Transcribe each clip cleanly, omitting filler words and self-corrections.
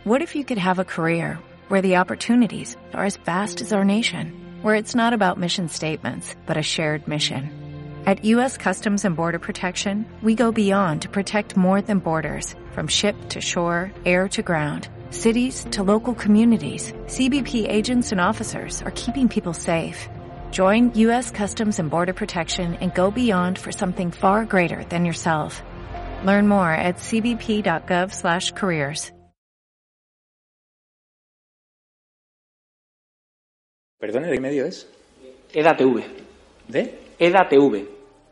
What if you could have a career where the opportunities are as vast as our nation, where it's not about mission statements, but a shared mission? At U.S. Customs and Border Protection, we go beyond to protect more than borders, from ship to shore, air to ground, cities to local communities. CBP agents and officers are keeping people safe. Join U.S. Customs and Border Protection and go beyond for something far greater than yourself. Learn more at cbp.gov/careers. Perdone, ¿de qué medio es? EDATV. ¿De? EDATV.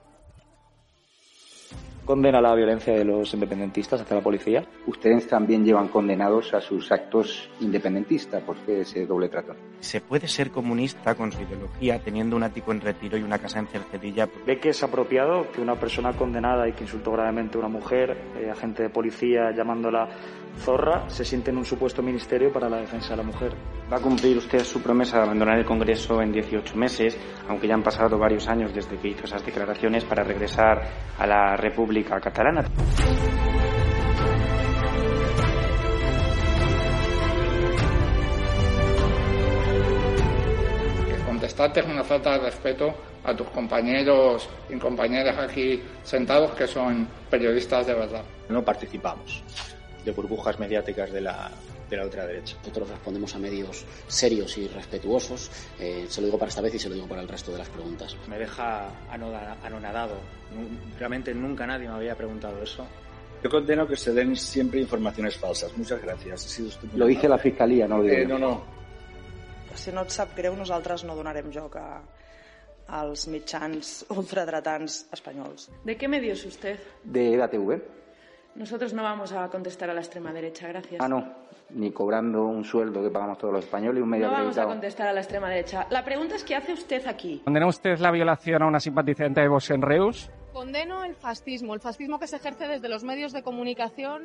¿Condena la violencia de los independentistas hacia la policía? Ustedes también llevan condenados a sus actos independentistas. ¿Por qué ese doble trato? ¿Se puede ser comunista con su ideología teniendo un ático en Retiro y una casa en Cercedilla? ¿Ve que es apropiado que una persona condenada y que insultó gravemente a una mujer, agente de policía llamándola zorra, se siente en un supuesto ministerio para la defensa de la mujer? ¿Va a cumplir usted su promesa de abandonar el Congreso en 18 meses, aunque ya han pasado varios años desde que hizo esas declaraciones, para regresar a la República Catalana? Contestarte es una falta de respeto a tus compañeros y compañeras aquí sentados que son periodistas de verdad. No participamos de burbujas mediáticas de la ultraderecha. Nosotros respondemos a medios serios y respetuosos. Se lo digo para esta vez y se lo digo para el resto de las preguntas. Me deja anonadado. Realmente nunca nadie me había preguntado eso. Yo condeno que se den siempre informaciones falsas. Muchas gracias. Ha sido usted muy Lo dice la Fiscalía, no lo digo yo. No. Si no et sap greu, nosaltres no donarem joc als mitjans ultradretans espanyols. ¿De qué medio es usted? De EDATV. Nosotros no vamos a contestar a la extrema derecha, gracias. Ah, no. Ni cobrando un sueldo que pagamos todos los españoles y un medio acreditado. No vamos a contestar a la extrema derecha. La pregunta es, ¿qué hace usted aquí? ¿Condena usted la violación a una simpatizante de Vox en Reus? Condeno el fascismo que se ejerce desde los medios de comunicación.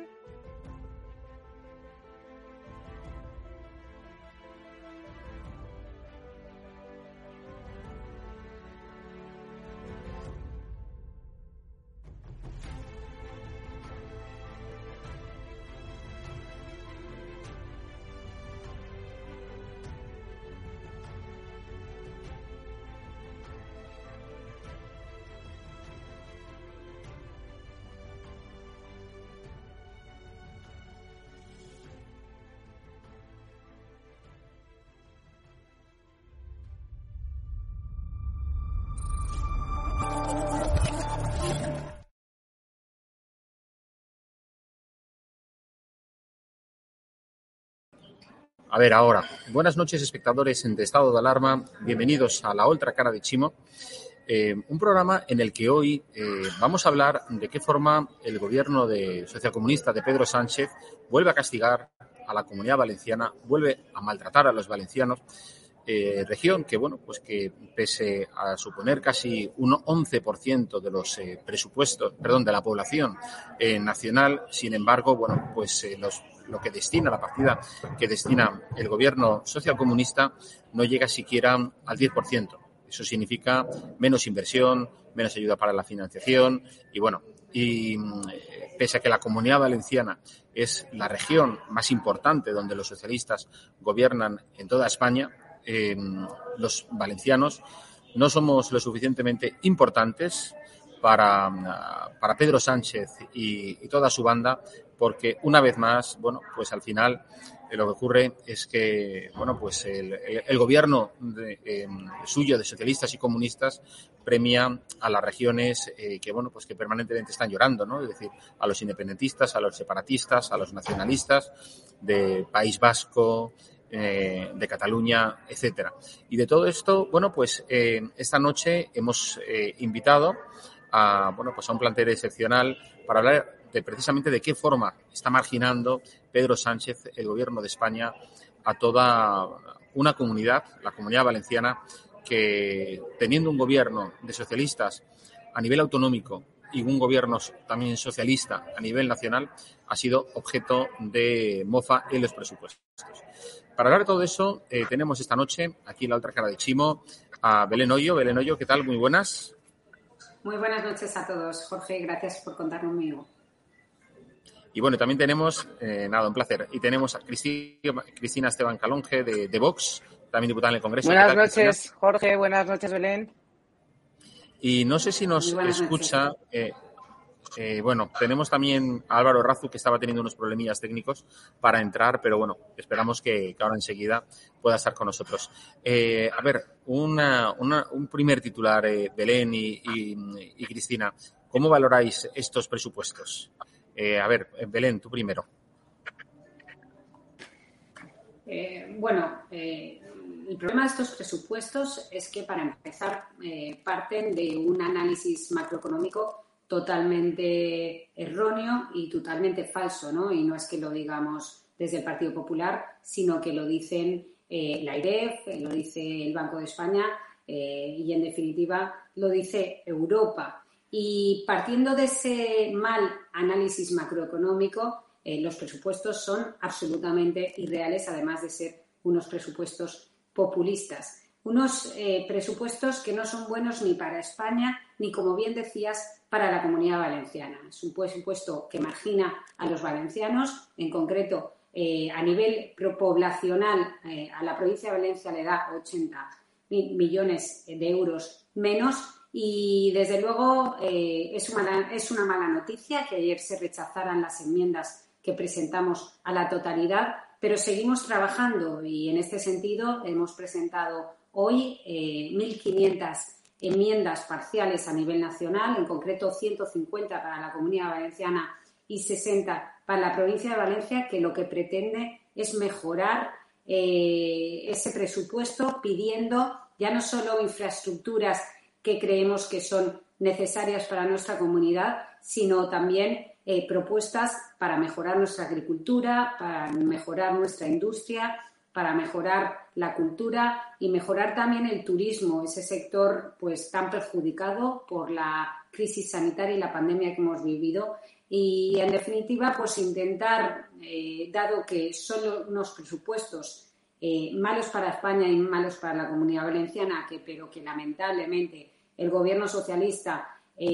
A ver, ahora, buenas noches, espectadores de Estado de Alarma, bienvenidos a La Otra Cara de Chimo, un programa en el que hoy vamos a hablar de qué forma el gobierno socialcomunista de Pedro Sánchez vuelve a castigar a la Comunidad Valenciana, vuelve a maltratar a los valencianos, región que, bueno, pues que pese a suponer casi un 11% de los de la población nacional, sin embargo, bueno, pues lo que destina, la partida que destina el gobierno socialcomunista no llega siquiera al 10%. Eso significa menos inversión, menos ayuda para la financiación y pese a que la Comunidad Valenciana es la región más importante donde los socialistas gobiernan en toda España, los valencianos no somos lo suficientemente importantes para Pedro Sánchez y toda su banda, porque una vez más, bueno, pues al final lo que ocurre es que, bueno, pues el gobierno suyo de socialistas y comunistas premia a las regiones que, bueno, pues que permanentemente están llorando, ¿no? Es decir, a los independentistas, a los separatistas, a los nacionalistas de País Vasco, de Cataluña, etcétera. Y de todo esto, bueno, pues esta noche hemos invitado a un plantel excepcional para hablar precisamente de qué forma está marginando Pedro Sánchez, el gobierno de España, a toda una comunidad, la Comunidad Valenciana, que teniendo un gobierno de socialistas a nivel autonómico y un gobierno también socialista a nivel nacional, ha sido objeto de mofa en los presupuestos. Para hablar de todo eso, tenemos esta noche, aquí en La Otra Cara de Chimo, a Belén Hoyo. Belén Hoyo, ¿qué tal? Muy buenas. Muy buenas noches a todos, Jorge, gracias por contar conmigo. Y bueno, también tenemos, un placer, y tenemos a Cristina Esteban Calonge de Vox, también diputada en el Congreso. Buenas noches, Jorge. Buenas noches, Belén. Y no sé si nos escucha. Tenemos también a Álvaro Razu, que estaba teniendo unos problemillas técnicos para entrar, pero bueno, esperamos que ahora enseguida pueda estar con nosotros. Un primer titular, Belén y Cristina. ¿Cómo valoráis estos presupuestos? Belén, tú primero. El problema de estos presupuestos es que, para empezar, parten de un análisis macroeconómico totalmente erróneo y totalmente falso, ¿no? Y no es que lo digamos desde el Partido Popular, sino que lo dicen la AIREF, lo dice el Banco de España y, en definitiva, lo dice Europa. Y partiendo de ese mal análisis macroeconómico, los presupuestos son absolutamente irreales, además de ser unos presupuestos populistas. Unos presupuestos que no son buenos ni para España ni, como bien decías, para la Comunidad Valenciana. Es un presupuesto que margina a los valencianos, en concreto a nivel poblacional a la provincia de Valencia le da 80 millones de euros menos y, desde luego, es una mala noticia que ayer se rechazaran las enmiendas que presentamos a la totalidad, pero seguimos trabajando y, en este sentido, hemos presentado hoy 1.500 enmiendas parciales a nivel nacional, en concreto 150 para la Comunidad Valenciana y 60 para la provincia de Valencia, que lo que pretende es mejorar ese presupuesto, pidiendo ya no solo infraestructuras que creemos que son necesarias para nuestra comunidad, sino también propuestas para mejorar nuestra agricultura, para mejorar nuestra industria, para mejorar la cultura y mejorar también el turismo, ese sector pues tan perjudicado por la crisis sanitaria y la pandemia que hemos vivido. Y, en definitiva, pues intentar, dado que son unos presupuestos malos para España y malos para la Comunidad Valenciana, pero que lamentablemente el Gobierno socialista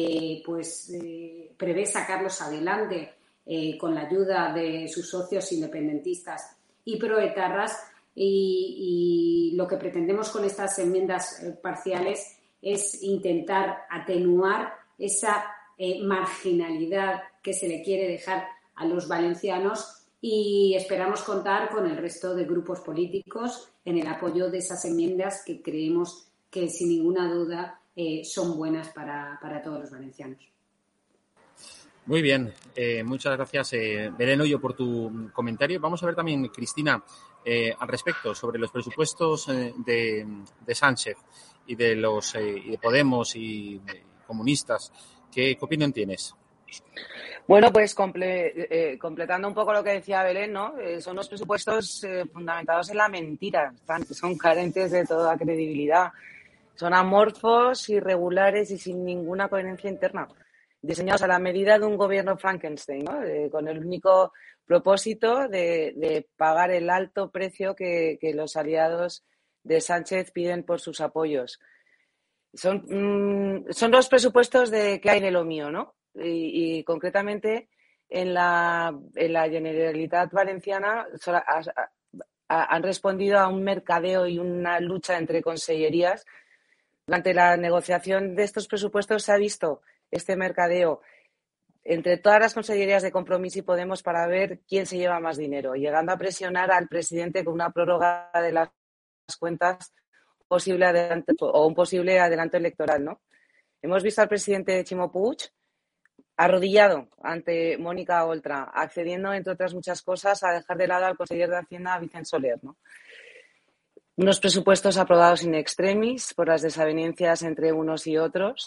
prevé sacarlos adelante con la ayuda de sus socios independentistas y proetarras, y lo que pretendemos con estas enmiendas parciales es intentar atenuar esa marginalidad que se le quiere dejar a los valencianos, y esperamos contar con el resto de grupos políticos en el apoyo de esas enmiendas que creemos que, sin ninguna duda, son buenas para todos los valencianos. Muy bien, muchas gracias, Belén Hoyo, por tu comentario. Vamos a ver también, Cristina, al respecto, sobre los presupuestos de Sánchez y de los y de Podemos y comunistas. ¿Qué opinión tienes? Bueno, pues completando un poco lo que decía Belén, ¿no? Son los presupuestos fundamentados en la mentira, son carentes de toda credibilidad, son amorfos, irregulares y sin ninguna coherencia interna, diseñados a la medida de un gobierno Frankenstein, ¿no? Con el único propósito de pagar el alto precio que los aliados de Sánchez piden por sus apoyos. Son los presupuestos de qué hay de lo mío, ¿no? Y concretamente en la Generalitat Valenciana han respondido a un mercadeo y una lucha entre consellerías. Durante la negociación de estos presupuestos se ha visto este mercadeo entre todas las consellerías de Compromís y Podemos para ver quién se lleva más dinero, llegando a presionar al presidente con una prórroga de las cuentas un posible adelanto electoral, ¿no? Hemos visto al presidente Ximo Puig arrodillado ante Mónica Oltra, accediendo, entre otras muchas cosas, a dejar de lado al consejero de Hacienda, Vicent Soler, ¿no? Unos presupuestos aprobados in extremis por las desavenencias entre unos y otros.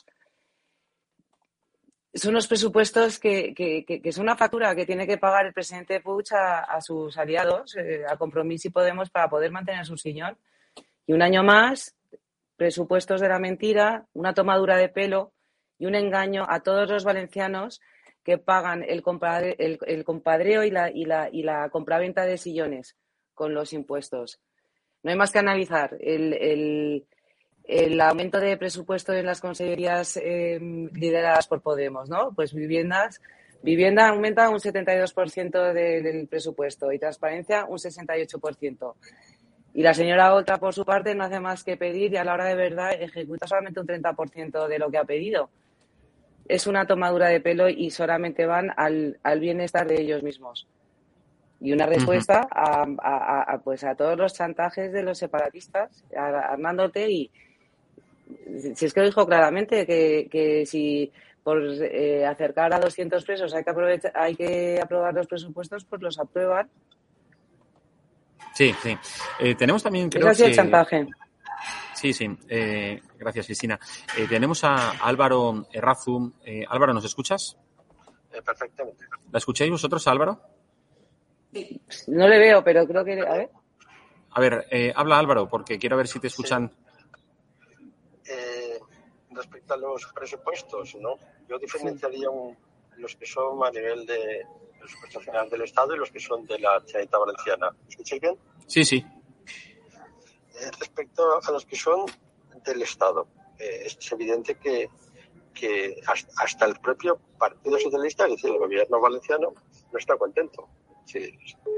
Son unos presupuestos que son una factura que tiene que pagar el presidente Puig a sus aliados, a Compromís y Podemos, para poder mantener su sillón. Y un año más, presupuestos de la mentira, una tomadura de pelo y un engaño a todos los valencianos que pagan el compadreo y la compraventa de sillones con los impuestos. No hay más que analizar el aumento de presupuesto en las consellerías lideradas por Podemos, ¿no? Pues viviendas, Vivienda aumenta un 72% del presupuesto y transparencia un 68%. Y la señora Oltra, por su parte, no hace más que pedir y a la hora de verdad ejecuta solamente un 30% de lo que ha pedido. Es una tomadura de pelo y solamente van al bienestar de ellos mismos. Y una respuesta a todos los chantajes de los separatistas, a Arnaldo Otegi. Si es que lo dijo claramente, que si por acercar a 200 presos hay que aprobar los presupuestos, pues los aprueban. Sí. Tenemos también, creo que... chantaje. Sí. Gracias, Cristina. Tenemos a Álvaro Errazu. Álvaro, ¿nos escuchas? Perfectamente. ¿La escucháis vosotros, Álvaro? Sí. No le veo, pero creo que... A ver, habla Álvaro, porque quiero ver si te escuchan. Sí. Respecto a los presupuestos, ¿no? Yo diferenciaría los que son a nivel de presupuesto general del Estado y los que son de la Generalitat Valenciana. ¿Me escucháis bien? Sí. Respecto a los que son del Estado, es evidente que hasta el propio Partido Socialista, es decir, el gobierno valenciano, no está contento. Sí,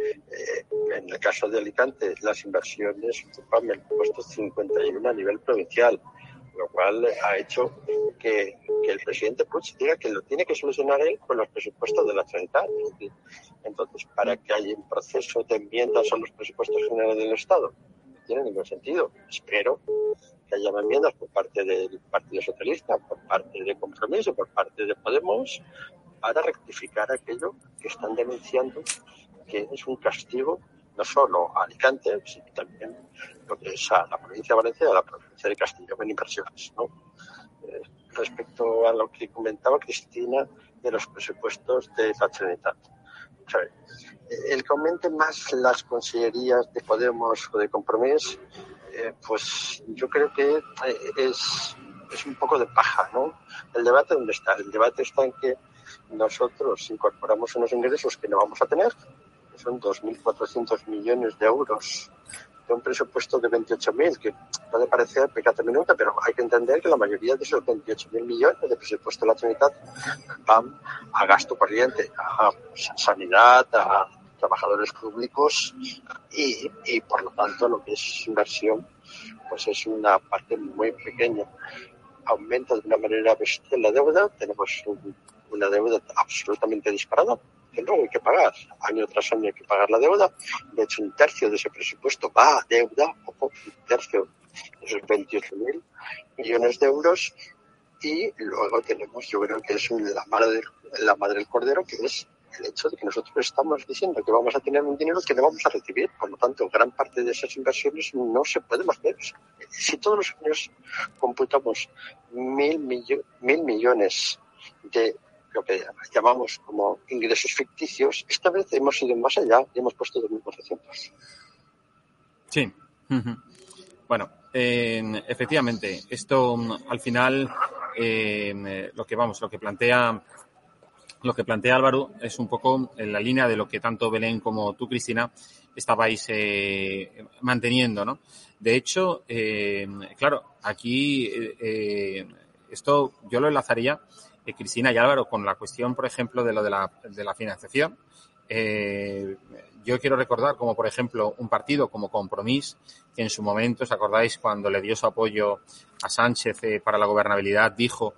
en el caso de Alicante, las inversiones ocupan el puesto 51 a nivel provincial, lo cual ha hecho que el presidente Puig diga que lo tiene que solucionar él con los presupuestos de la Generalitat. Entonces, ¿para que haya un proceso de enmiendas a los presupuestos generales del Estado? No tiene ningún sentido. Espero que haya enmiendas por parte del Partido Socialista, por parte de Compromís o por parte de Podemos, para rectificar aquello que están denunciando, que es un castigo no solo a Alicante, sino también lo que es a la provincia de Valencia y a la provincia de Castilla en inversiones, ¿no? Respecto a lo que comentaba Cristina de los presupuestos de la Generalitat. O sea, el que aumente más las consellerías de Podemos o de Compromís, pues yo creo que es un poco de paja, ¿no? ¿El debate dónde está? El debate está en que nosotros incorporamos unos ingresos que no vamos a tener, que son 2.400 millones de euros de un presupuesto de 28.000, que puede parecer pecata minuta, pero hay que entender que la mayoría de esos 28.000 millones de presupuesto de la Generalitat van a gasto corriente, a sanidad, a trabajadores públicos y por lo tanto lo que es inversión pues es una parte muy pequeña. Aumenta de una manera bestial la deuda, tenemos una deuda absolutamente disparada, que luego hay que pagar, año tras año hay que pagar la deuda. De hecho, un tercio de ese presupuesto va a deuda, un tercio de esos 28.000 millones de euros, y luego tenemos, yo creo que es la madre del cordero, que es el hecho de que nosotros estamos diciendo que vamos a tener un dinero que no vamos a recibir. Por lo tanto, gran parte de esas inversiones no se pueden hacer. Si todos los años computamos 1.000 millones de lo que llamamos como ingresos ficticios, esta vez hemos ido más allá y hemos puesto 2.400. Sí. Bueno, efectivamente, esto al final lo que plantea Álvaro es un poco en la línea de lo que tanto Belén como tú, Cristina, estabais manteniendo, ¿no? De hecho, claro, aquí esto yo lo enlazaría, Cristina y Álvaro, con la cuestión, por ejemplo, de lo de la financiación. Yo quiero recordar como, por ejemplo, un partido como Compromís, que en su momento, ¿os acordáis cuando le dio su apoyo a Sánchez para la gobernabilidad? Dijo,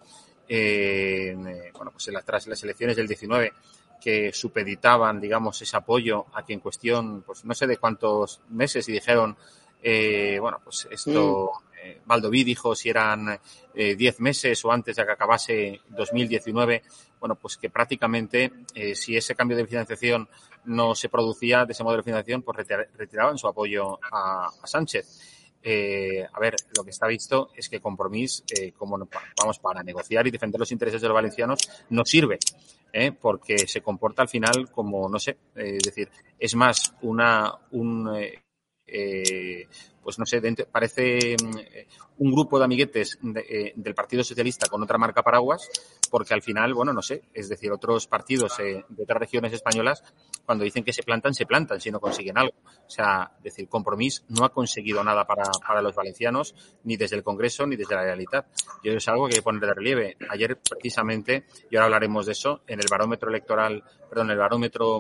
pues tras las elecciones del 19, que supeditaban, digamos, ese apoyo a que en cuestión, pues no sé de cuántos meses, y dijeron, pues esto... Baldoví dijo si eran 10 meses o antes de que acabase 2019, pues que prácticamente si ese cambio de financiación no se producía de ese modelo de financiación, pues retiraban su apoyo a Sánchez. Lo que está visto es que Compromís, para negociar y defender los intereses de los valencianos, no sirve, porque se comporta al final como, no sé, es decir, es más pues no sé, parece un grupo de amiguetes del Partido Socialista con otra marca paraguas, porque al final, bueno, no sé, es decir, otros partidos de otras regiones españolas, cuando dicen que se plantan si no consiguen algo. O sea, es decir, Compromís no ha conseguido nada para los valencianos, ni desde el Congreso ni desde la Generalitat. Y eso es algo que hay que poner de relieve. Ayer, precisamente, y ahora hablaremos de eso, en el barómetro electoral, el barómetro,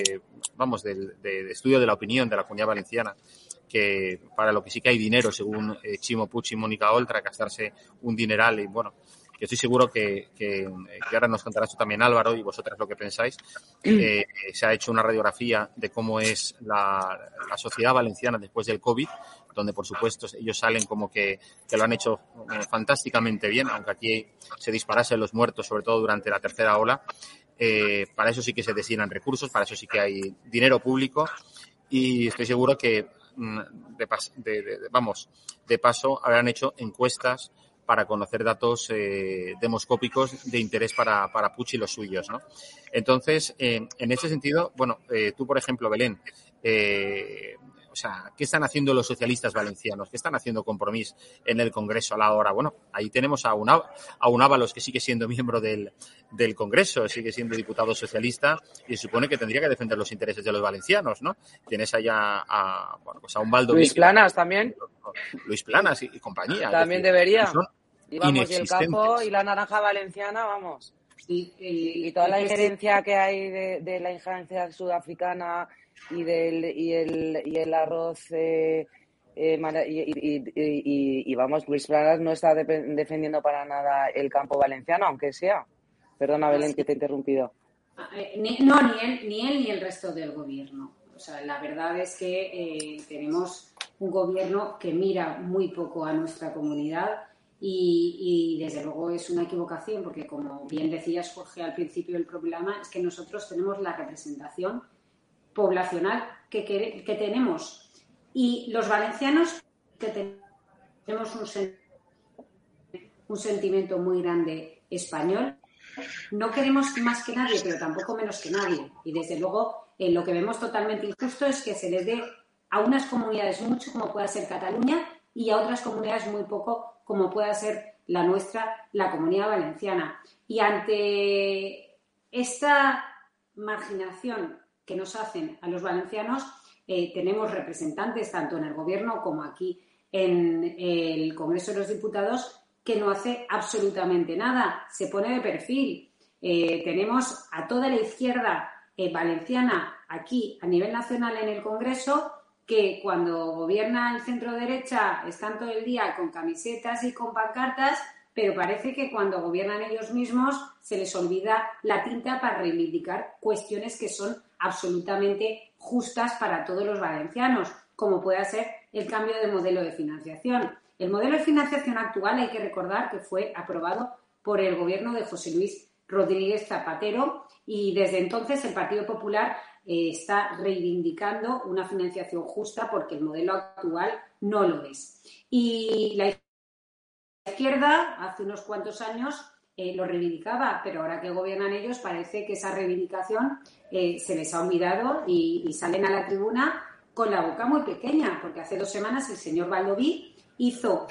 de estudio de la opinión de la Comunidad Valenciana, que para lo que sí que hay dinero, según Chimo Puig y Mónica Oltra, gastarse un dineral, y bueno, yo estoy seguro que ahora nos contarás tú también, Álvaro, y vosotras lo que pensáis. Se ha hecho una radiografía de cómo es la sociedad valenciana después del COVID, donde, por supuesto, ellos salen como que lo han hecho fantásticamente bien, aunque aquí se disparasen los muertos, sobre todo durante la tercera ola. Para eso sí que se destinan recursos, para eso sí que hay dinero público, y estoy seguro que de paso habrán hecho encuestas para conocer datos demoscópicos de interés para Puig y los suyos, ¿no? Entonces, en ese sentido, bueno, tú, por ejemplo, Belén, o sea, ¿qué están haciendo los socialistas valencianos? ¿Qué están haciendo Compromís en el Congreso a la hora? Bueno, ahí tenemos a un Ábalos, que sigue siendo miembro del Congreso, sigue siendo diputado socialista, y se supone que tendría que defender los intereses de los valencianos, ¿no? Tienes allá a un Baldo Luis Planas también. Luis Planas y compañía. También debería. Y vamos, y el campo y la naranja valenciana, vamos. Y toda la injerencia que hay de la injerencia sudafricana y el arroz y vamos, Luis Planas no está defendiendo para nada el campo valenciano, aunque sea. Perdona, Belén, que te he interrumpido. Ni él ni el resto del gobierno. O sea, la verdad es que tenemos un gobierno que mira muy poco a nuestra comunidad y desde luego es una equivocación, porque como bien decías, Jorge, al principio del programa, es que nosotros tenemos la representación poblacional que tenemos, y los valencianos que tenemos un sentimiento muy grande español, no queremos más que nadie, pero tampoco menos que nadie, y desde luego lo que vemos totalmente injusto es que se les dé a unas comunidades mucho, como pueda ser Cataluña, y a otras comunidades muy poco, como pueda ser la nuestra, la Comunidad Valenciana. Y ante esta marginación que nos hacen a los valencianos, tenemos representantes tanto en el Gobierno como aquí en el Congreso de los Diputados que no hace absolutamente nada, se pone de perfil. Tenemos a toda la izquierda valenciana aquí a nivel nacional en el Congreso, que cuando gobierna el centro derecha están todo el día con camisetas y con pancartas, pero parece que cuando gobiernan ellos mismos se les olvida la tinta para reivindicar cuestiones que son absolutamente justas para todos los valencianos, como pueda ser el cambio de modelo de financiación. El modelo de financiación actual, hay que recordar que fue aprobado por el gobierno de José Luis Rodríguez Zapatero, y desde entonces el Partido Popular está reivindicando una financiación justa, porque el modelo actual no lo es. Y la izquierda hace unos cuantos años lo reivindicaba, pero ahora que gobiernan ellos parece que esa reivindicación se les ha olvidado y salen a la tribuna con la boca muy pequeña, porque hace 2 semanas el señor Baldoví hizo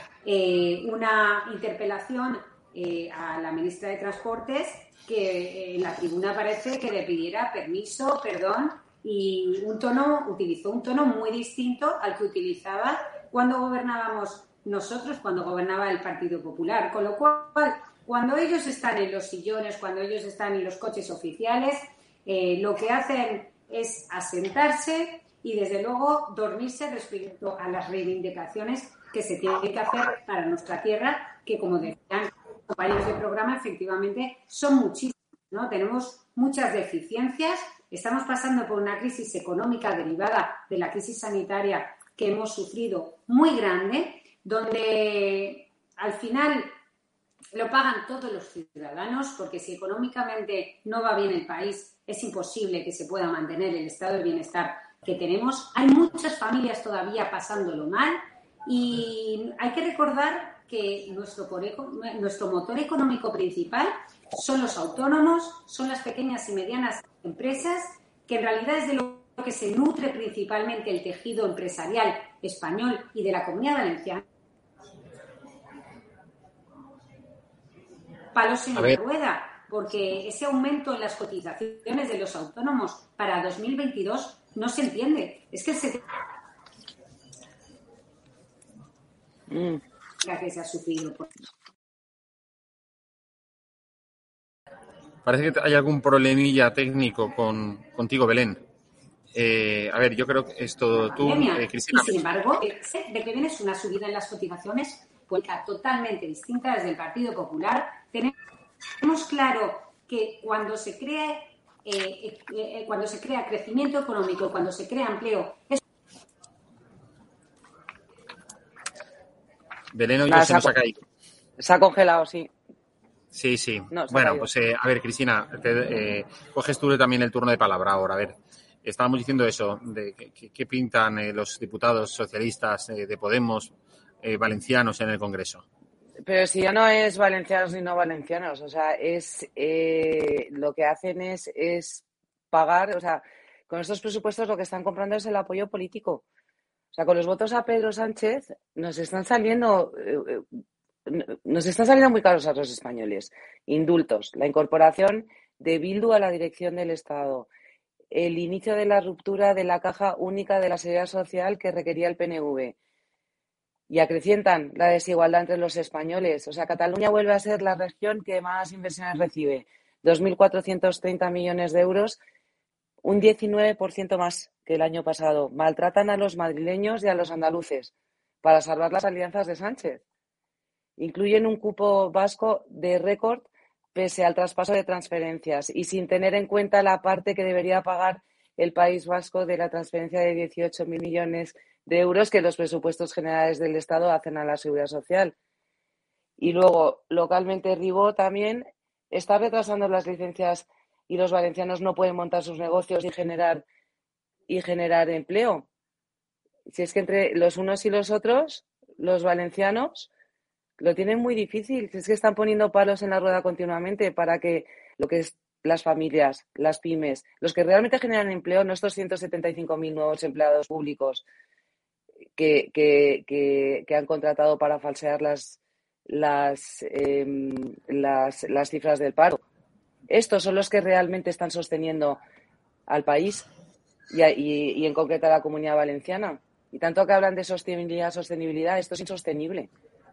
una interpelación a la ministra de Transportes, que en la tribuna parece que le pidiera permiso, perdón, y utilizó un tono muy distinto al que utilizaba cuando gobernábamos nosotros, cuando gobernaba el Partido Popular. Con lo cual, cuando ellos están en los sillones, cuando ellos están en los coches oficiales, lo que hacen es asentarse y, desde luego, dormirse respecto a las reivindicaciones que se tienen que hacer para nuestra tierra, que, como decían compañeros de programa, efectivamente son muchísimas, ¿no? Tenemos muchas deficiencias, estamos pasando por una crisis económica derivada de la crisis sanitaria que hemos sufrido muy grande, donde al final lo pagan todos los ciudadanos, porque si económicamente no va bien el país, es imposible que se pueda mantener el estado de bienestar que tenemos. Hay muchas familias todavía pasándolo mal, y hay que recordar que nuestro motor económico principal son los autónomos, son las pequeñas y medianas empresas, que en realidad es de lo que se nutre principalmente el tejido empresarial español y de la Comunidad Valenciana, palos en la rueda, porque ese aumento en las cotizaciones de los autónomos para 2022 no se entiende. Es que que se ha sufrido. Parece que hay algún problemilla técnico contigo, Belén. A ver, yo creo que esto tú, Cristina. Y sin embargo, de que viene es una subida en las cotizaciones pues totalmente distinta desde el Partido Popular. Tenemos claro que cuando se crea crecimiento económico, cuando se crea empleo, Belén hoy se nos ha caído. Se ha congelado, sí. Sí. No, bueno, pues a ver, Cristina, coges tú también el turno de palabra ahora. A ver, estábamos diciendo eso, de qué pintan los diputados socialistas de Podemos valencianos en el Congreso. Pero si ya no es valencianos ni no valencianos, o sea, es lo que hacen es pagar, o sea, con estos presupuestos lo que están comprando es el apoyo político. O sea, con los votos a Pedro Sánchez nos están saliendo muy caros a los españoles. Indultos, la incorporación de Bildu a la dirección del Estado, el inicio de la ruptura de la caja única de la seguridad social que requería el PNV. Y acrecientan la desigualdad entre los españoles. O sea, Cataluña vuelve a ser la región que más inversiones recibe. 2.430 millones de euros, un 19% más que el año pasado. Maltratan a los madrileños y a los andaluces para salvar las alianzas de Sánchez. Incluyen un cupo vasco de récord pese al traspaso de transferencias y sin tener en cuenta la parte que debería pagar el País Vasco de la transferencia de 18.000 millones de euros que los presupuestos generales del Estado hacen a la Seguridad Social. Y luego, localmente, Ribó también está retrasando las licencias y los valencianos no pueden montar sus negocios y generar empleo. Si es que entre los unos y los otros, los valencianos lo tienen muy difícil. Si es que están poniendo palos en la rueda continuamente para que lo que es las familias, las pymes, los que realmente generan empleo, no estos 175.000 nuevos empleados públicos que han contratado para falsear las cifras del paro. Estos son los que realmente están sosteniendo al país y en concreto a la Comunidad Valenciana. Y tanto que hablan de sostenibilidad, esto es insostenible.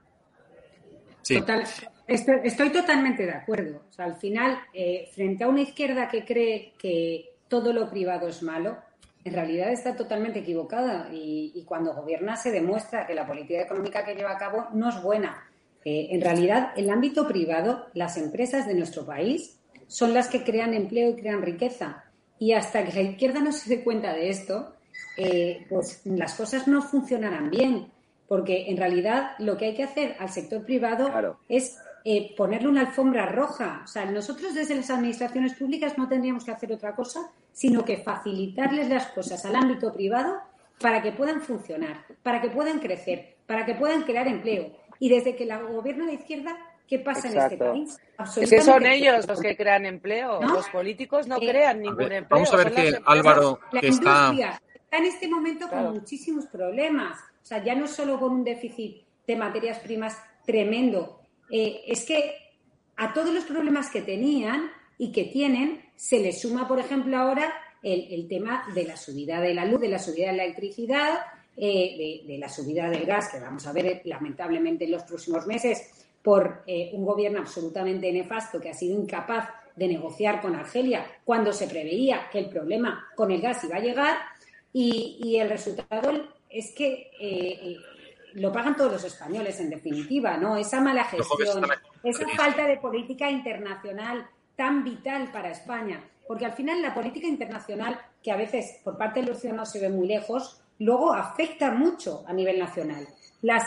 Sí. Estoy totalmente de acuerdo. O sea, al final, frente a una izquierda que cree que todo lo privado es malo, en realidad está totalmente equivocada y cuando gobierna se demuestra que la política económica que lleva a cabo no es buena. En realidad, el ámbito privado, las empresas de nuestro país son las que crean empleo y crean riqueza. Y hasta que la izquierda no se dé cuenta de esto, pues las cosas no funcionarán bien. Porque en realidad lo que hay que hacer al sector privado es ponerle una alfombra roja. O sea, nosotros desde las administraciones públicas no tendríamos que hacer otra cosa, sino que facilitarles las cosas al ámbito privado para que puedan funcionar, para que puedan crecer, para que puedan crear empleo. Y desde que el gobierno de izquierda, ¿qué pasa en este país? Es que son ellos los que crean empleo. ¿No? Los políticos no crean ningún empleo. Vamos a ver que Álvaro que está en este momento con muchísimos problemas. O sea, ya no solo con un déficit de materias primas tremendo. Es que a todos los problemas que tenían y que tienen se les suma, por ejemplo, ahora el tema de la subida de la luz, de la subida de la electricidad, de la subida del gas, que vamos a ver lamentablemente en los próximos meses por un gobierno absolutamente nefasto que ha sido incapaz de negociar con Argelia cuando se preveía que el problema con el gas iba a llegar y el resultado es que lo pagan todos los españoles, en definitiva, ¿no? Esa mala gestión, esa falta de política internacional tan vital para España. Porque al final la política internacional, que a veces por parte de los ciudadanos se ve muy lejos, luego afecta mucho a nivel nacional. Las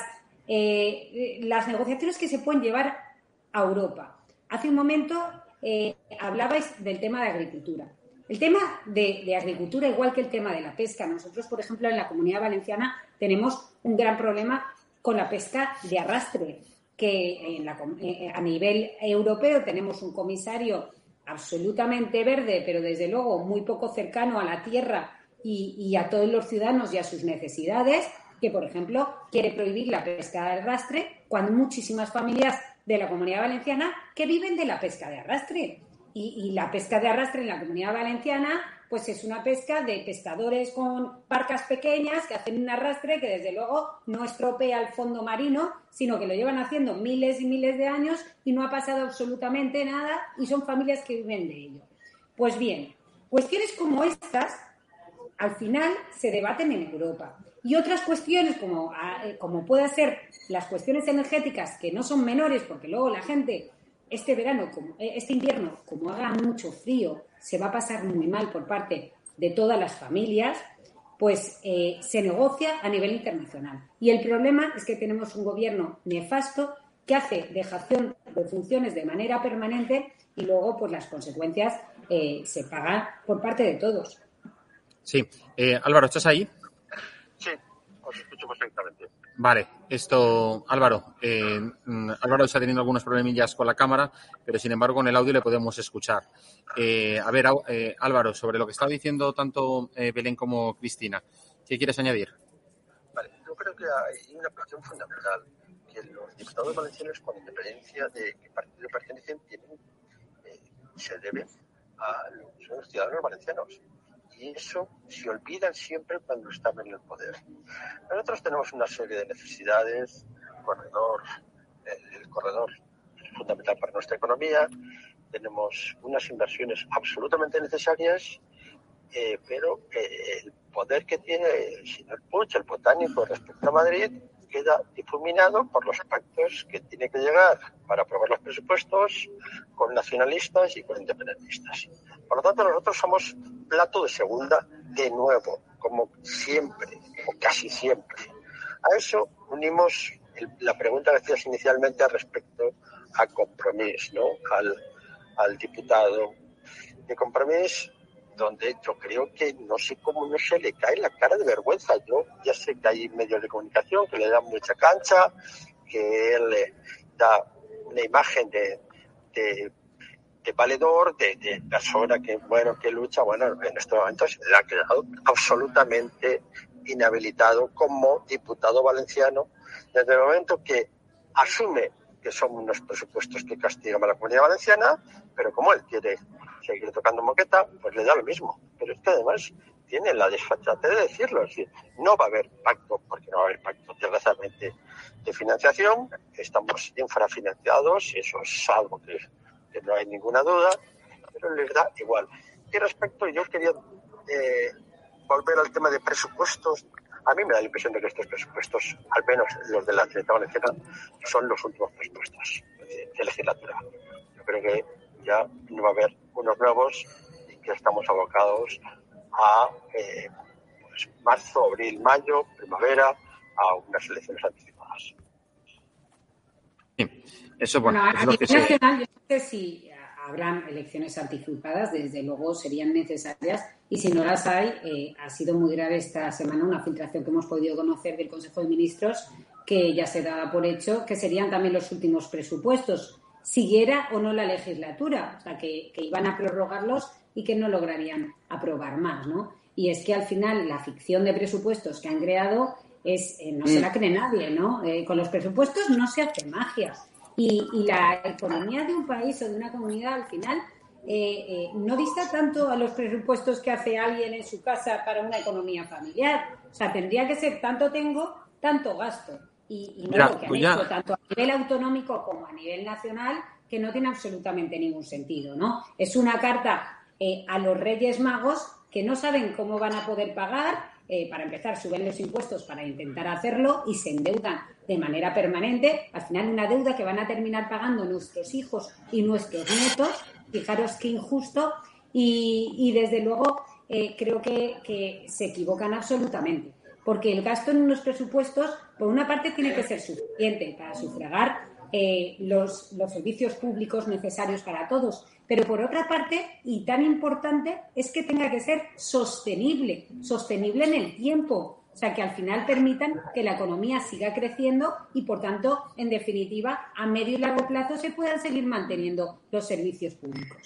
negociaciones que se pueden llevar a Europa. Hace un momento hablabais del tema de agricultura. El tema de agricultura, igual que el tema de la pesca. Nosotros, por ejemplo, en la Comunidad Valenciana tenemos un gran problema con la pesca de arrastre, que a nivel europeo tenemos un comisario absolutamente verde, pero desde luego muy poco cercano a la tierra y a todos los ciudadanos y a sus necesidades, que, por ejemplo, quiere prohibir la pesca de arrastre cuando hay muchísimas familias de la Comunidad Valenciana que viven de la pesca de arrastre. Y la pesca de arrastre en la Comunidad Valenciana pues es una pesca de pescadores con barcas pequeñas que hacen un arrastre que desde luego no estropea el fondo marino, sino que lo llevan haciendo miles y miles de años y no ha pasado absolutamente nada y son familias que viven de ello. Pues bien, cuestiones como estas al final se debaten en Europa. Y otras cuestiones como pueden ser las cuestiones energéticas, que no son menores, porque luego la gente este invierno, como haga mucho frío, se va a pasar muy mal por parte de todas las familias, pues se negocia a nivel internacional. Y el problema es que tenemos un gobierno nefasto que hace dejación de funciones de manera permanente y luego pues las consecuencias se pagan por parte de todos. Sí. Álvaro, ¿estás ahí? Sí, os escucho perfectamente. Vale, Álvaro está teniendo algunos problemillas con la cámara, pero sin embargo con el audio le podemos escuchar. Álvaro, sobre lo que está diciendo tanto Belén como Cristina, ¿qué quieres añadir? Vale, yo creo que hay una cuestión fundamental, que los diputados valencianos, con independencia de qué partido pertenecen, se deben a los ciudadanos valencianos. Y eso se olvidan siempre cuando están en el poder. Nosotros tenemos una serie de necesidades, el corredor es fundamental para nuestra economía, tenemos unas inversiones absolutamente necesarias, pero el poder que tiene el señor Puig, el botánico, respecto a Madrid, queda difuminado por los pactos que tiene que llegar para aprobar los presupuestos con nacionalistas y con independentistas. Por lo tanto, nosotros somos plato de segunda de nuevo, como siempre, o casi siempre. A eso unimos la pregunta que hacías inicialmente respecto a Compromís, ¿no? Al diputado de Compromís, donde yo creo que no sé cómo no se le cae la cara de vergüenza. Yo ya sé que hay medios de comunicación que le dan mucha cancha, que él le da una imagen de valedor, de persona que lucha. Bueno, en estos momentos le ha quedado absolutamente inhabilitado como diputado valenciano desde el momento que asume que son unos presupuestos que castigan a la Comunidad Valenciana, pero como él quiere seguir tocando moqueta, pues le da lo mismo. Pero es que además tiene la desfachatez de decirlo, es decir, no va a haber pacto, porque no va a haber pacto desgraciadamente de financiación, estamos infrafinanciados, y eso es algo que no hay ninguna duda, pero les da igual. Y respecto, yo quería volver al tema de presupuestos. A mí me da la impresión de que estos presupuestos, al menos los de la Comunidad Valenciana, son los últimos presupuestos de legislatura. Yo creo que ya no va a haber unos nuevos y que estamos abocados a marzo, abril, mayo, primavera, a unas elecciones anticipadas. Sí, eso bueno. A nivel nacional, yo no sé si habrán elecciones anticipadas, desde luego serían necesarias, y si no las hay, ha sido muy grave esta semana una filtración que hemos podido conocer del Consejo de Ministros, que ya se daba por hecho que serían también los últimos presupuestos, siguiera o no la legislatura, o sea, que iban a prorrogarlos y que no lograrían aprobar más, ¿no? Y es que al final la ficción de presupuestos que han creado no se la cree nadie, ¿no? Con los presupuestos no se hace magia. Y la economía de un país o de una comunidad al final no dista tanto a los presupuestos que hace alguien en su casa para una economía familiar. O sea, tendría que ser tanto tengo, tanto gasto. Y no lo que han hecho, tanto a nivel autonómico como a nivel nacional, que no tiene absolutamente ningún sentido, ¿no? Es una carta a los Reyes Magos que no saben cómo van a poder pagar. Para empezar, suben los impuestos para intentar hacerlo y se endeudan de manera permanente. Al final, una deuda que van a terminar pagando nuestros hijos y nuestros nietos. Fijaros qué injusto. Y desde luego, creo que se equivocan absolutamente. Porque el gasto en unos presupuestos, por una parte, tiene que ser suficiente para sufragar los servicios públicos necesarios para todos. Pero por otra parte, y tan importante, es que tenga que ser sostenible en el tiempo. O sea, que al final permitan que la economía siga creciendo y, por tanto, en definitiva, a medio y largo plazo se puedan seguir manteniendo los servicios públicos.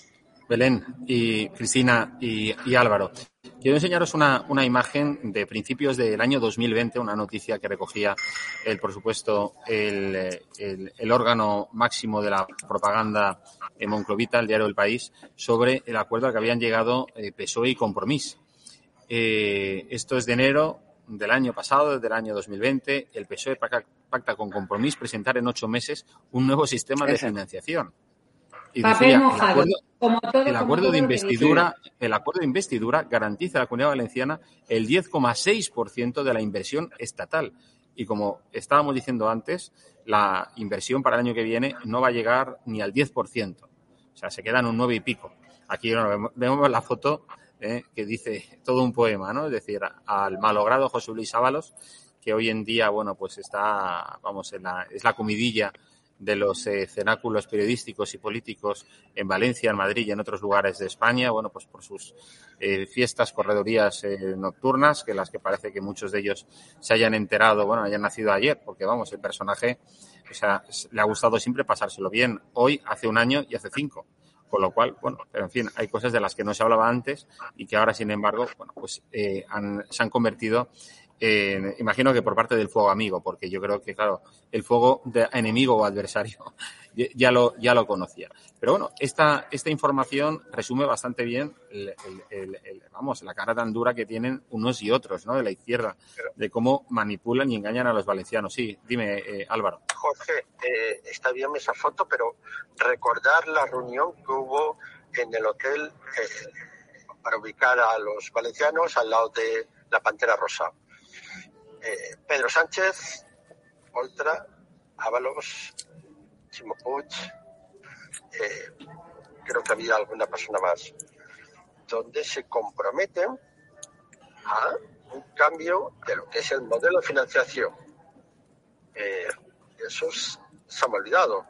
Belén y Cristina y Álvaro. Quiero enseñaros una imagen de principios del año 2020, una noticia que recogía por supuesto, el órgano máximo de la propaganda monclovita, el diario El País, sobre el acuerdo al que habían llegado PSOE y Compromís. Esto es de enero del año pasado, del año 2020. El PSOE pacta con Compromís presentar en 8 meses un nuevo sistema de financiación. Y papel decía, mojado, el acuerdo de investidura garantiza a la Comunidad Valenciana el 10,6% de la inversión estatal. Y como estábamos diciendo antes, la inversión para el año que viene no va a llegar ni al 10%. O sea, se queda en un 9 y pico. Aquí vemos la foto que dice todo un poema, ¿no? Es decir, al malogrado José Luis Ábalos, que hoy en día, bueno, pues está, es la comidilla de los cenáculos periodísticos y políticos en Valencia, en Madrid y en otros lugares de España, bueno, pues por sus fiestas, corredorías nocturnas, que las que parece que muchos de ellos se hayan enterado, bueno, hayan nacido ayer, porque vamos, el personaje, o sea, le ha gustado siempre pasárselo bien, hoy, hace un año y hace 5. Con lo cual, bueno, pero en fin, hay cosas de las que no se hablaba antes y que ahora, sin embargo, bueno, pues se han convertido imagino que por parte del fuego amigo, porque yo creo que, claro, el fuego de enemigo o adversario ya lo conocía. Pero bueno, esta información resume bastante bien la cara tan dura que tienen unos y otros, ¿no?, de la izquierda, de cómo manipulan y engañan a los valencianos. Sí, dime, Álvaro. Jorge, está bien esa foto, pero recordar la reunión que hubo en el hotel para ubicar a los valencianos al lado de la Pantera Rosa. Pedro Sánchez, Oltra, Ábalos, Ximo Puig, creo que había alguna persona más, donde se comprometen a un cambio de lo que es el modelo de financiación. Eso se me ha olvidado.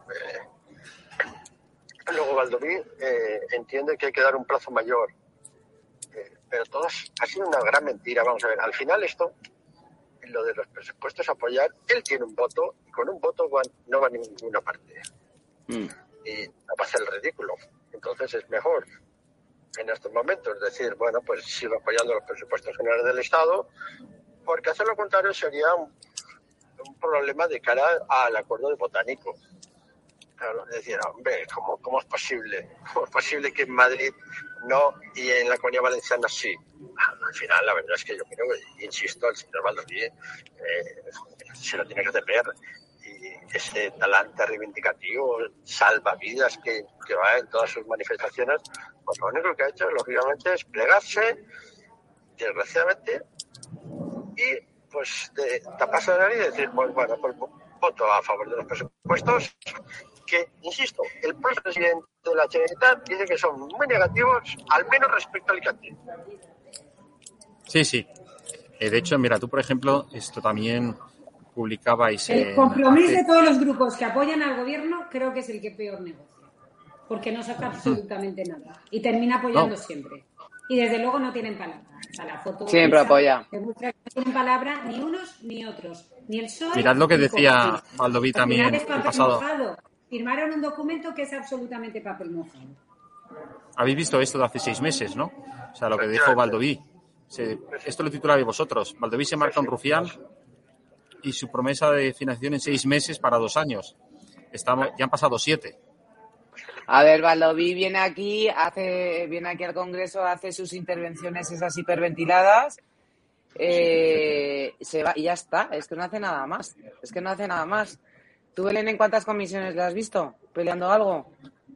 Luego Baldoví entiende que hay que dar un plazo mayor, pero todo ha sido una gran mentira. Vamos a ver, al final esto, lo de los presupuestos apoyar, él tiene un voto y con un voto no va a ninguna parte y va a hacer el ridículo. Entonces es mejor en estos momentos decir, bueno, pues sigo apoyando los presupuestos generales del Estado, porque hacer lo contrario sería un problema de cara al acuerdo de Botánico. Claro, es decir, hombre, ¿cómo es posible? ¿Cómo es posible que en Madrid no y en la Comunidad Valenciana sí? Al final, la verdad es que yo creo, insisto, el señor Baldoví se lo tiene que temer. Y ese talante reivindicativo, salvavidas que va en todas sus manifestaciones, pues lo único que ha hecho, lógicamente, es plegarse, desgraciadamente, y pues de taparse la nariz y decir, pues bueno, pues voto a favor de los presupuestos, que, insisto, el propio presidente de la Generalitat dice que son muy negativos, al menos respecto al Alicante. Sí. De hecho, mira, tú, por ejemplo, esto también publicabais... El compromiso de todos los grupos que apoyan al gobierno creo que es el que peor negocia, porque no saca absolutamente nada y termina apoyando siempre. Y desde luego no tienen palabra. O sea, la foto siempre apoya. Demuestra que no tienen palabra ni unos ni otros, ni el PSOE. Mirad lo que decía Baldoví también el pasado. Mojado. Firmaron un documento que es absolutamente papel mojado. Habéis visto esto de hace 6 meses, ¿no? O sea, lo que dijo Baldoví. Esto lo titulabais vosotros. Baldoví se marca un rufián y su promesa de financiación en 6 meses para 2 años. Ya han pasado 7. A ver, Baldoví viene aquí al Congreso, hace sus intervenciones esas hiperventiladas, se va y ya está. Es que no hace nada más. ¿Tú, Belén, en cuántas comisiones le has visto peleando algo?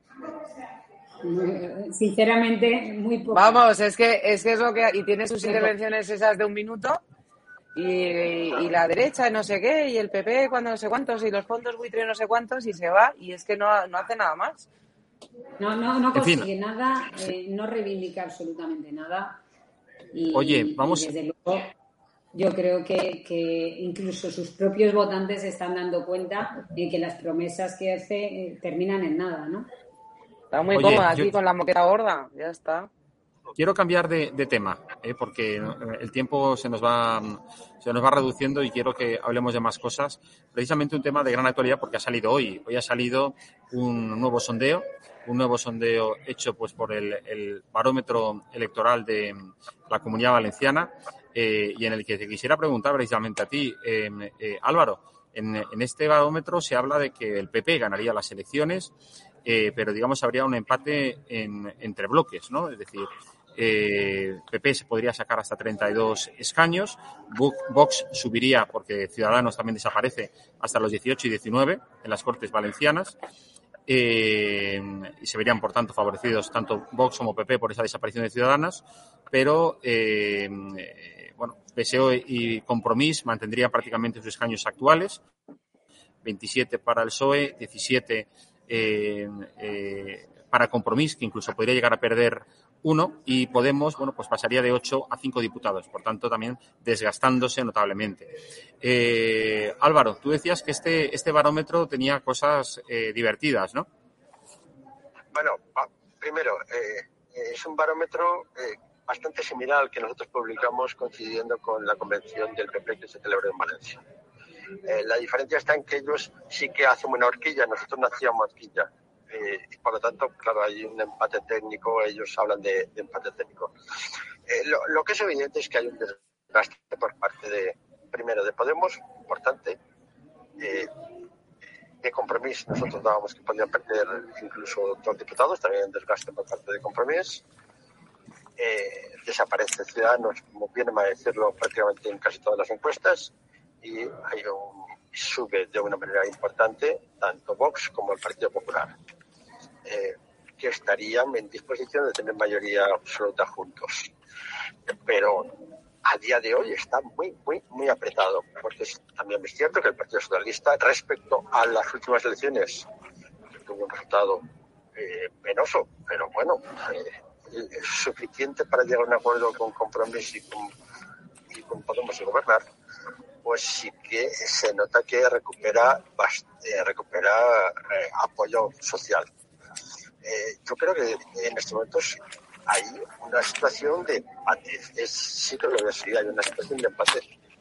Sinceramente, muy poco. Vamos, es que es lo que... Y tiene sus intervenciones esas de 1 minuto y la derecha no sé qué, y el PP cuando no sé cuántos, y los fondos buitre no sé cuántos, y se va, y es que no hace nada más. No consigue nada, no reivindica absolutamente nada. Oye, vamos... Y desde luego, yo creo que incluso sus propios votantes se están dando cuenta de que las promesas que hace terminan en nada, ¿no? Está muy cómoda aquí con la moqueta gorda, ya está. Quiero cambiar de tema, porque el tiempo se nos va reduciendo y quiero que hablemos de más cosas. Precisamente un tema de gran actualidad porque ha salido hoy. Hoy ha salido un nuevo sondeo un nuevo sondeo hecho pues por el barómetro electoral de la Comunidad Valenciana, y en el que te quisiera preguntar precisamente a ti, Álvaro. En este barómetro se habla de que el PP ganaría las elecciones, pero digamos habría un empate entre bloques, ¿no? Es decir, PP se podría sacar hasta 32 escaños, Vox subiría, porque Ciudadanos también desaparece, hasta los 18 y 19 en las Cortes Valencianas, y se verían, por tanto, favorecidos tanto Vox como PP por esa desaparición de Ciudadanos, pero PSOE y Compromís mantendrían prácticamente sus escaños actuales, 27 para el PSOE, 17 para Compromís, que incluso podría llegar a perder uno, y Podemos, pues pasaría de 8 a 5 diputados, por tanto también desgastándose notablemente. Álvaro, tú decías que este barómetro tenía cosas divertidas, ¿no? Bueno, primero, es un barómetro bastante similar al que nosotros publicamos coincidiendo con la convención del PP que se celebró en Valencia. La diferencia está en que ellos sí que hacen una horquilla, nosotros no hacíamos horquilla. Y por lo tanto, claro, hay un empate técnico, ellos hablan de empate técnico. Lo que es evidente es que hay un desgaste por parte primero de Podemos, importante, de Compromís. Nosotros dábamos que podían perder incluso 2 diputados, también un desgaste por parte de Compromís. Desaparece Ciudadanos, como vienen a decirlo prácticamente en casi todas las encuestas, y sube de una manera importante tanto Vox como el Partido Popular, que estarían en disposición de tener mayoría absoluta juntos. Pero a día de hoy está muy apretado, porque también es cierto que el Partido Socialista, respecto a las últimas elecciones, tuvo un resultado penoso, pero bueno, es suficiente para llegar a un acuerdo con Compromís y con Podemos y gobernar, pues sí que se nota que recupera apoyo social. Yo creo que en estos momentos hay una situación de empate. Sí que lo veo así, hay una situación de empate.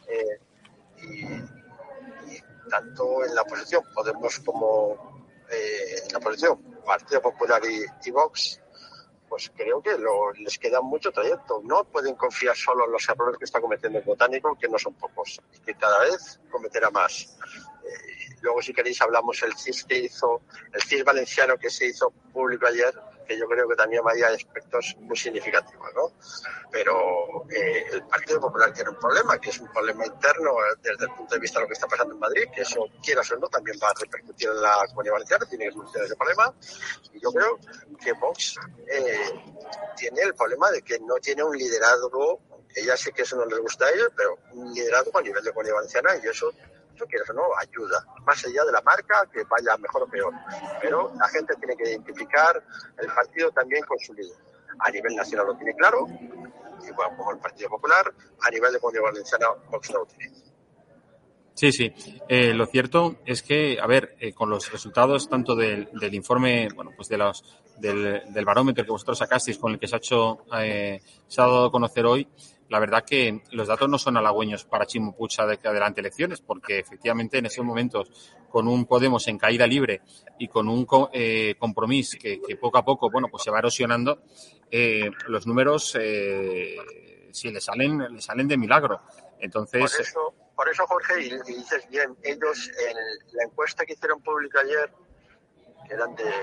Y tanto en la oposición, Podemos como en la oposición, Partido Popular y Vox, pues creo que les queda mucho trayecto. No pueden confiar solo en los errores que está cometiendo el Botánico, que no son pocos, y que cada vez cometerá más. Luego, si queréis, hablamos el CIS valenciano que se hizo público ayer, que yo creo que también hay aspectos muy significativos, ¿no? Pero el Partido Popular tiene un problema, que es un problema interno desde el punto de vista de lo que está pasando en Madrid, que eso, quieras o no, también va a repercutir en la Comunidad Valenciana, tiene que solucionar ese problema. Y yo creo que Vox tiene el problema de que no tiene un liderazgo, que ya sé que eso no les gusta a ellos, pero un liderazgo a nivel de Comunidad Valenciana, y eso quieras o no, ayuda, más allá de la marca, que vaya mejor o peor. Pero la gente tiene que identificar el partido también con su líder. A nivel nacional lo tiene claro, igual como el Partido Popular, a nivel de Comunidad Valenciana, Vox no lo tiene. Sí. Lo cierto es que, con los resultados tanto del informe, pues del barómetro que vosotros sacasteis, con el que se ha dado a conocer hoy, la verdad que los datos no son halagüeños para Ximo Puig de que adelante elecciones, porque efectivamente en estos momentos, con un Podemos en caída libre y con un Compromís que poco a poco, pues se va erosionando, los números sí le salen de milagro. Entonces, por eso, Jorge, y dices bien, ellos en la encuesta que hicieron pública ayer, que eran de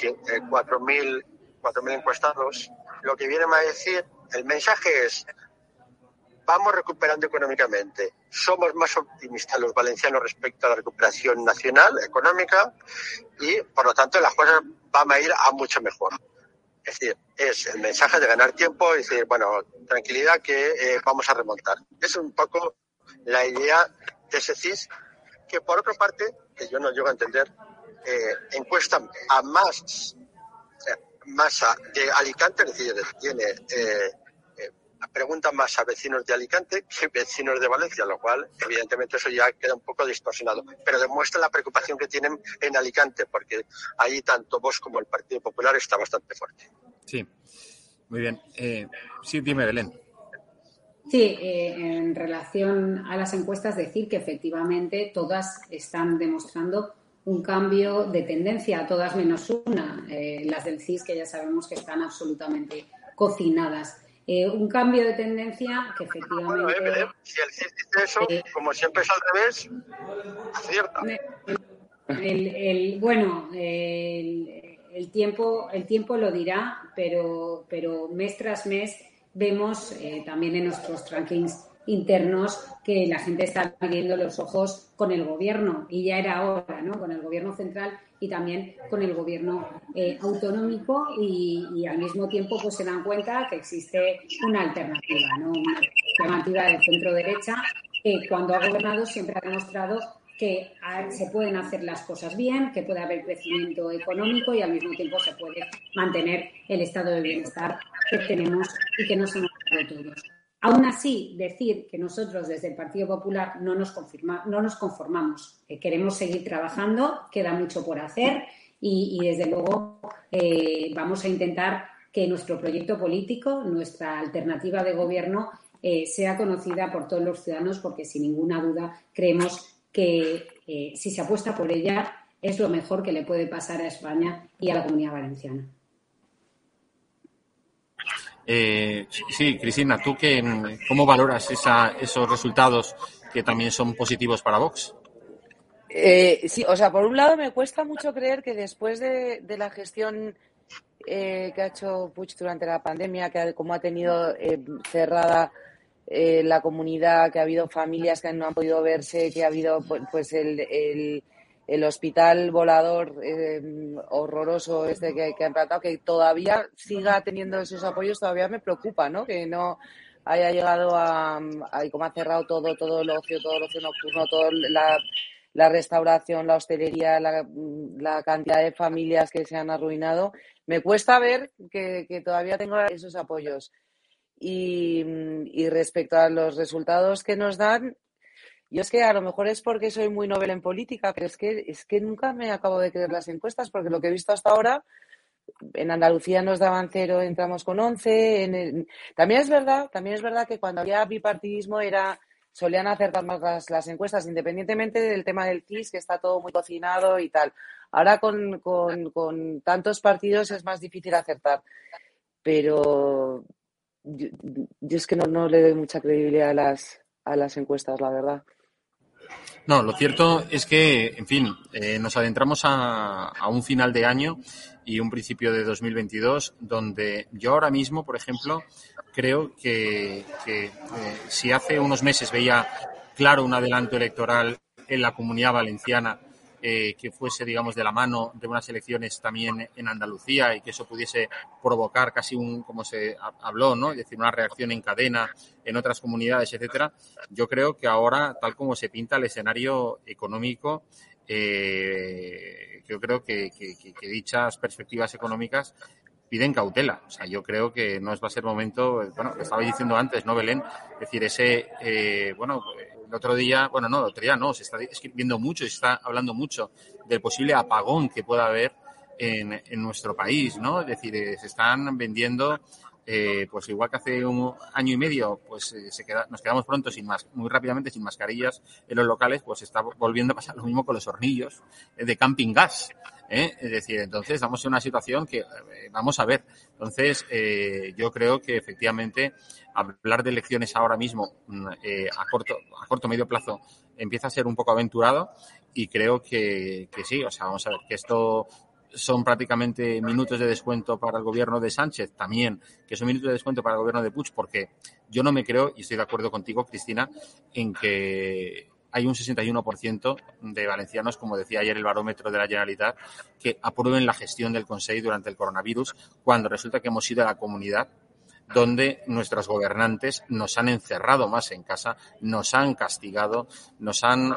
4.000 encuestados, lo que vienen a decir, el mensaje es: vamos recuperando económicamente. Somos más optimistas los valencianos respecto a la recuperación nacional, económica, y por lo tanto las cosas van a ir a mucho mejor. Es decir, es el mensaje de ganar tiempo y decir, bueno, tranquilidad que vamos a remontar. Es un poco la idea de ese CIS, que por otra parte, que yo no llego a entender, encuestan a más masa de Alicante, es decir, tiene preguntan más a vecinos de Alicante que vecinos de Valencia, lo cual evidentemente eso ya queda un poco distorsionado, pero demuestra la preocupación que tienen en Alicante, porque ahí tanto Vox como el Partido Popular está bastante fuerte. Sí, muy bien. Sí, dime, Belén. Sí, en relación a las encuestas, decir que efectivamente todas están demostrando un cambio de tendencia, todas menos una, las del CIS, que ya sabemos que están absolutamente cocinadas. Un cambio de tendencia que efectivamente... Bueno, si el CIS dice eso, como siempre es al revés, acierta. El tiempo lo dirá, pero mes tras mes vemos también en nuestros rankings internos que la gente está abriendo los ojos con el gobierno, y ya era hora, ¿no? Con el gobierno central y también con el gobierno autonómico, y al mismo tiempo pues se dan cuenta que existe una alternativa, ¿no? Una alternativa de centro derecha que cuando ha gobernado siempre ha demostrado que se pueden hacer las cosas bien, que puede haber crecimiento económico y al mismo tiempo se puede mantener el estado de bienestar que tenemos y que nos hemos dado todos. Aún así, decir que nosotros desde el Partido Popular no nos conformamos, queremos seguir trabajando, queda mucho por hacer y desde luego vamos a intentar que nuestro proyecto político, nuestra alternativa de gobierno, sea conocida por todos los ciudadanos, porque sin ninguna duda creemos que si se apuesta por ella es lo mejor que le puede pasar a España y a la Comunidad Valenciana. Sí, Cristina, ¿tú cómo valoras esos resultados que también son positivos para Vox? Sí, o sea, por un lado me cuesta mucho creer que después de la gestión que ha hecho Puig durante la pandemia, como ha tenido cerrada la comunidad, que ha habido familias que no han podido verse, que ha habido pues el hospital volador horroroso que ha implantado, que todavía siga teniendo esos apoyos, todavía me preocupa, ¿no? Que no haya llegado a como ha cerrado todo el ocio nocturno, toda la restauración, la hostelería, la cantidad de familias que se han arruinado. Me cuesta ver que todavía tengo esos apoyos. Y respecto a los resultados que nos dan, yo es que a lo mejor es porque soy muy novel en política, pero es que nunca me acabo de creer las encuestas, porque lo que he visto hasta ahora, en Andalucía nos daban 0, entramos con 11. También es verdad que cuando había bipartidismo solían acertar más las encuestas, independientemente del tema del CIS, que está todo muy cocinado y tal. Ahora con tantos partidos es más difícil acertar, pero yo es que no le doy mucha credibilidad a las encuestas, la verdad. No, lo cierto es que, en fin, nos adentramos a un final de año y un principio de 2022, donde yo ahora mismo, por ejemplo, creo que si hace unos meses veía claro un adelanto electoral en la Comunidad Valenciana, que fuese, digamos, de la mano de unas elecciones también en Andalucía y que eso pudiese provocar casi como se habló, ¿no? Es decir, una reacción en cadena en otras comunidades, etcétera. Yo creo que ahora, tal como se pinta el escenario económico, yo creo que dichas perspectivas económicas piden cautela. O sea, yo creo que no va a ser momento, bueno, lo estaba diciendo antes, ¿no, Belén? Es decir, el otro día no, se está escribiendo mucho y se está hablando mucho del posible apagón que pueda haber en nuestro país, ¿no? Es decir, se están vendiendo, pues igual que hace un año y medio, pues nos quedamos pronto muy rápidamente sin mascarillas en los locales, pues está volviendo a pasar lo mismo con los hornillos de camping gas. Es decir, entonces estamos en una situación que vamos a ver. Entonces, yo creo que efectivamente hablar de elecciones ahora mismo a corto medio plazo empieza a ser un poco aventurado y creo que sí. O sea, vamos a ver, que esto son prácticamente minutos de descuento para el gobierno de Sánchez, también que son minutos de descuento para el gobierno de Puig, porque yo no me creo, y estoy de acuerdo contigo, Cristina, en que hay un 61% de valencianos, como decía ayer el barómetro de la Generalitat, que aprueben la gestión del Consell durante el coronavirus, cuando resulta que hemos sido la comunidad donde nuestros gobernantes nos han encerrado más en casa, nos han castigado, nos han,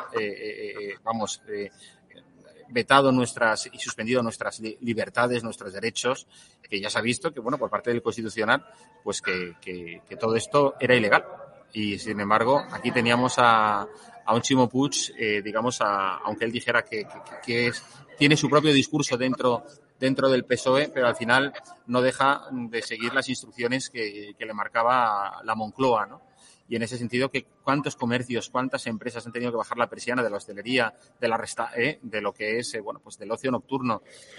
vetado y suspendido nuestras libertades, nuestros derechos, que ya se ha visto que, bueno, por parte del Constitucional, pues que todo esto era ilegal. Y, sin embargo, aquí teníamos a un Ximo Puig, aunque él dijera que tiene su propio discurso dentro del PSOE, pero al final no deja de seguir las instrucciones que le marcaba la Moncloa, ¿no? y en ese sentido, ¿cuántos comercios, cuántas empresas han tenido que bajar la persiana de la hostelería, de lo que es, pues del ocio nocturno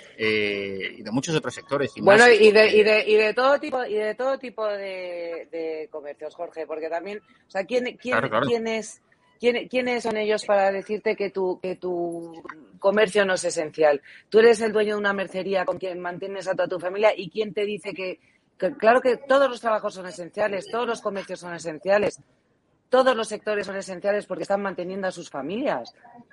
y de muchos otros sectores? Bueno, y de todo tipo de comercios, Jorge, porque también, o sea, Claro. ¿quiénes son ellos para decirte que tu comercio no es esencial? Tú eres el dueño de una mercería con quien mantienes a toda tu familia, y ¿quién te dice que claro que todos los trabajos son esenciales, todos los comercios son esenciales, todos los sectores son esenciales porque están manteniendo a sus familias?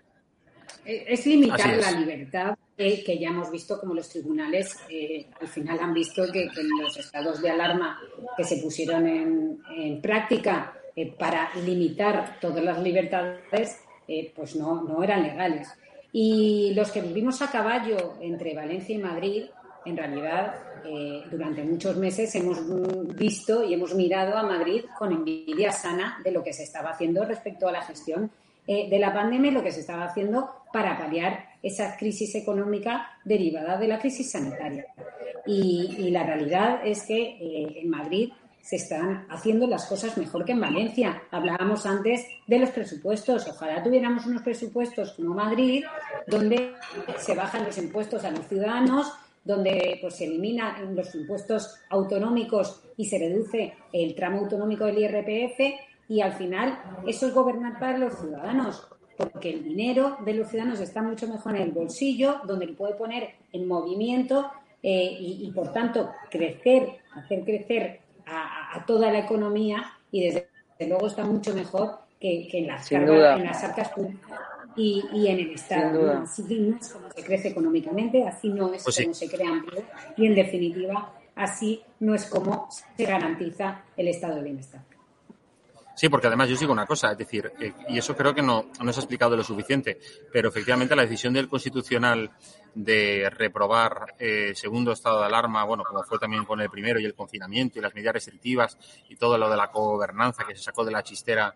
Es limitar la libertad, que ya hemos visto como los tribunales al final han visto que los estados de alarma que se pusieron en práctica para limitar todas las libertades, pues no eran legales. Y los que vivimos a caballo entre Valencia y Madrid, en realidad, durante muchos meses hemos visto y hemos mirado a Madrid con envidia sana de lo que se estaba haciendo respecto a la gestión de la pandemia y lo que se estaba haciendo para paliar esa crisis económica derivada de la crisis sanitaria. Y la realidad es que en Madrid se están haciendo las cosas mejor que en Valencia. Hablábamos antes de los presupuestos. Ojalá tuviéramos unos presupuestos como Madrid, donde se bajan los impuestos a los ciudadanos, donde pues se eliminan los impuestos autonómicos y se reduce el tramo autonómico del IRPF, y al final eso es gobernar para los ciudadanos, porque el dinero de los ciudadanos está mucho mejor en el bolsillo, donde lo puede poner en movimiento y por tanto hacer crecer a toda la economía, y desde luego está mucho mejor que en las arcas públicas y en el Estado. ¿No? Así no es como se crece económicamente, así no es como se crea empleo, y en definitiva así no es como se garantiza el estado de bienestar. Sí, porque además yo os digo una cosa, es decir, y eso creo que no se ha explicado lo suficiente, pero efectivamente la decisión del Constitucional de reprobar segundo estado de alarma, bueno, como fue también con el primero, y el confinamiento y las medidas restrictivas y todo lo de la cogobernanza que se sacó de la chistera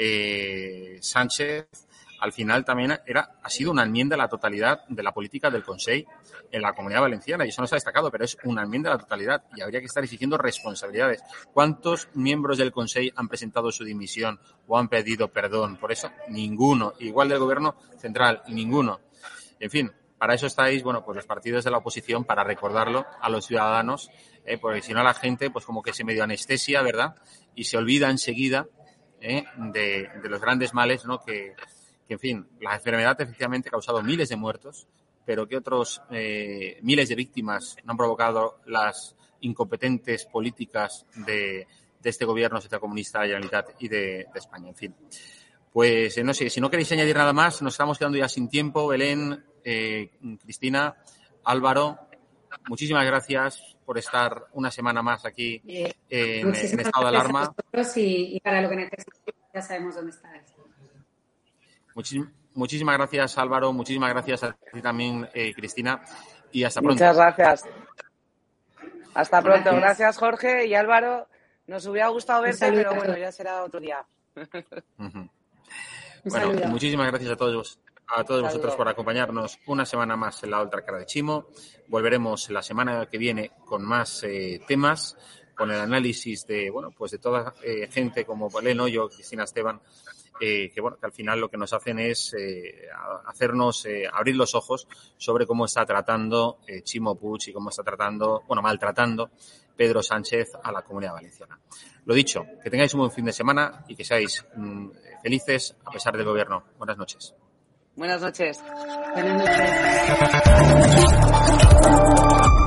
Sánchez, al final también ha sido una enmienda a la totalidad de la política del Consell en la Comunidad Valenciana, y eso no se ha destacado, pero es una enmienda a la totalidad y habría que estar exigiendo responsabilidades. ¿Cuántos miembros del Consell han presentado su dimisión o han pedido perdón por eso? Ninguno. Igual del Gobierno Central, ninguno. En fin, para eso estáis, bueno, pues los partidos de la oposición, para recordarlo a los ciudadanos, porque si no la gente, pues como que se medio anestesia, ¿verdad? Y se olvida enseguida de los grandes males, ¿no? Que en fin, la enfermedad efectivamente ha causado miles de muertos, pero que otros miles de víctimas no han provocado las incompetentes políticas de este gobierno socialcomunista de la Generalitat y de España. En fin, pues no sé, si no queréis añadir nada más, nos estamos quedando ya sin tiempo. Belén, Cristina, Álvaro, muchísimas gracias por estar una semana más aquí en estado de alarma. Y para lo que necesitéis ya sabemos dónde estáis. Muchísimas gracias, Álvaro. Muchísimas gracias a ti también, Cristina. Y hasta pronto. Muchas gracias. Hasta pronto. Gracias, Jorge y Álvaro. Nos hubiera gustado verte, pero bueno, ya será otro día. Bueno, muchísimas gracias a todos vosotros por acompañarnos una semana más en la otra cara de Chimo. Volveremos la semana que viene con más temas, con el análisis de, bueno, pues de toda gente como Belén Hoyo, Cristina Esteban, que bueno, que al final lo que nos hacen es hacernos abrir los ojos sobre cómo está tratando Chimo Puig y cómo está maltratando Pedro Sánchez a la Comunidad Valenciana. Lo dicho, que tengáis un buen fin de semana y que seáis felices a pesar del gobierno. Buenas noches. Buenas noches. Buenas noches.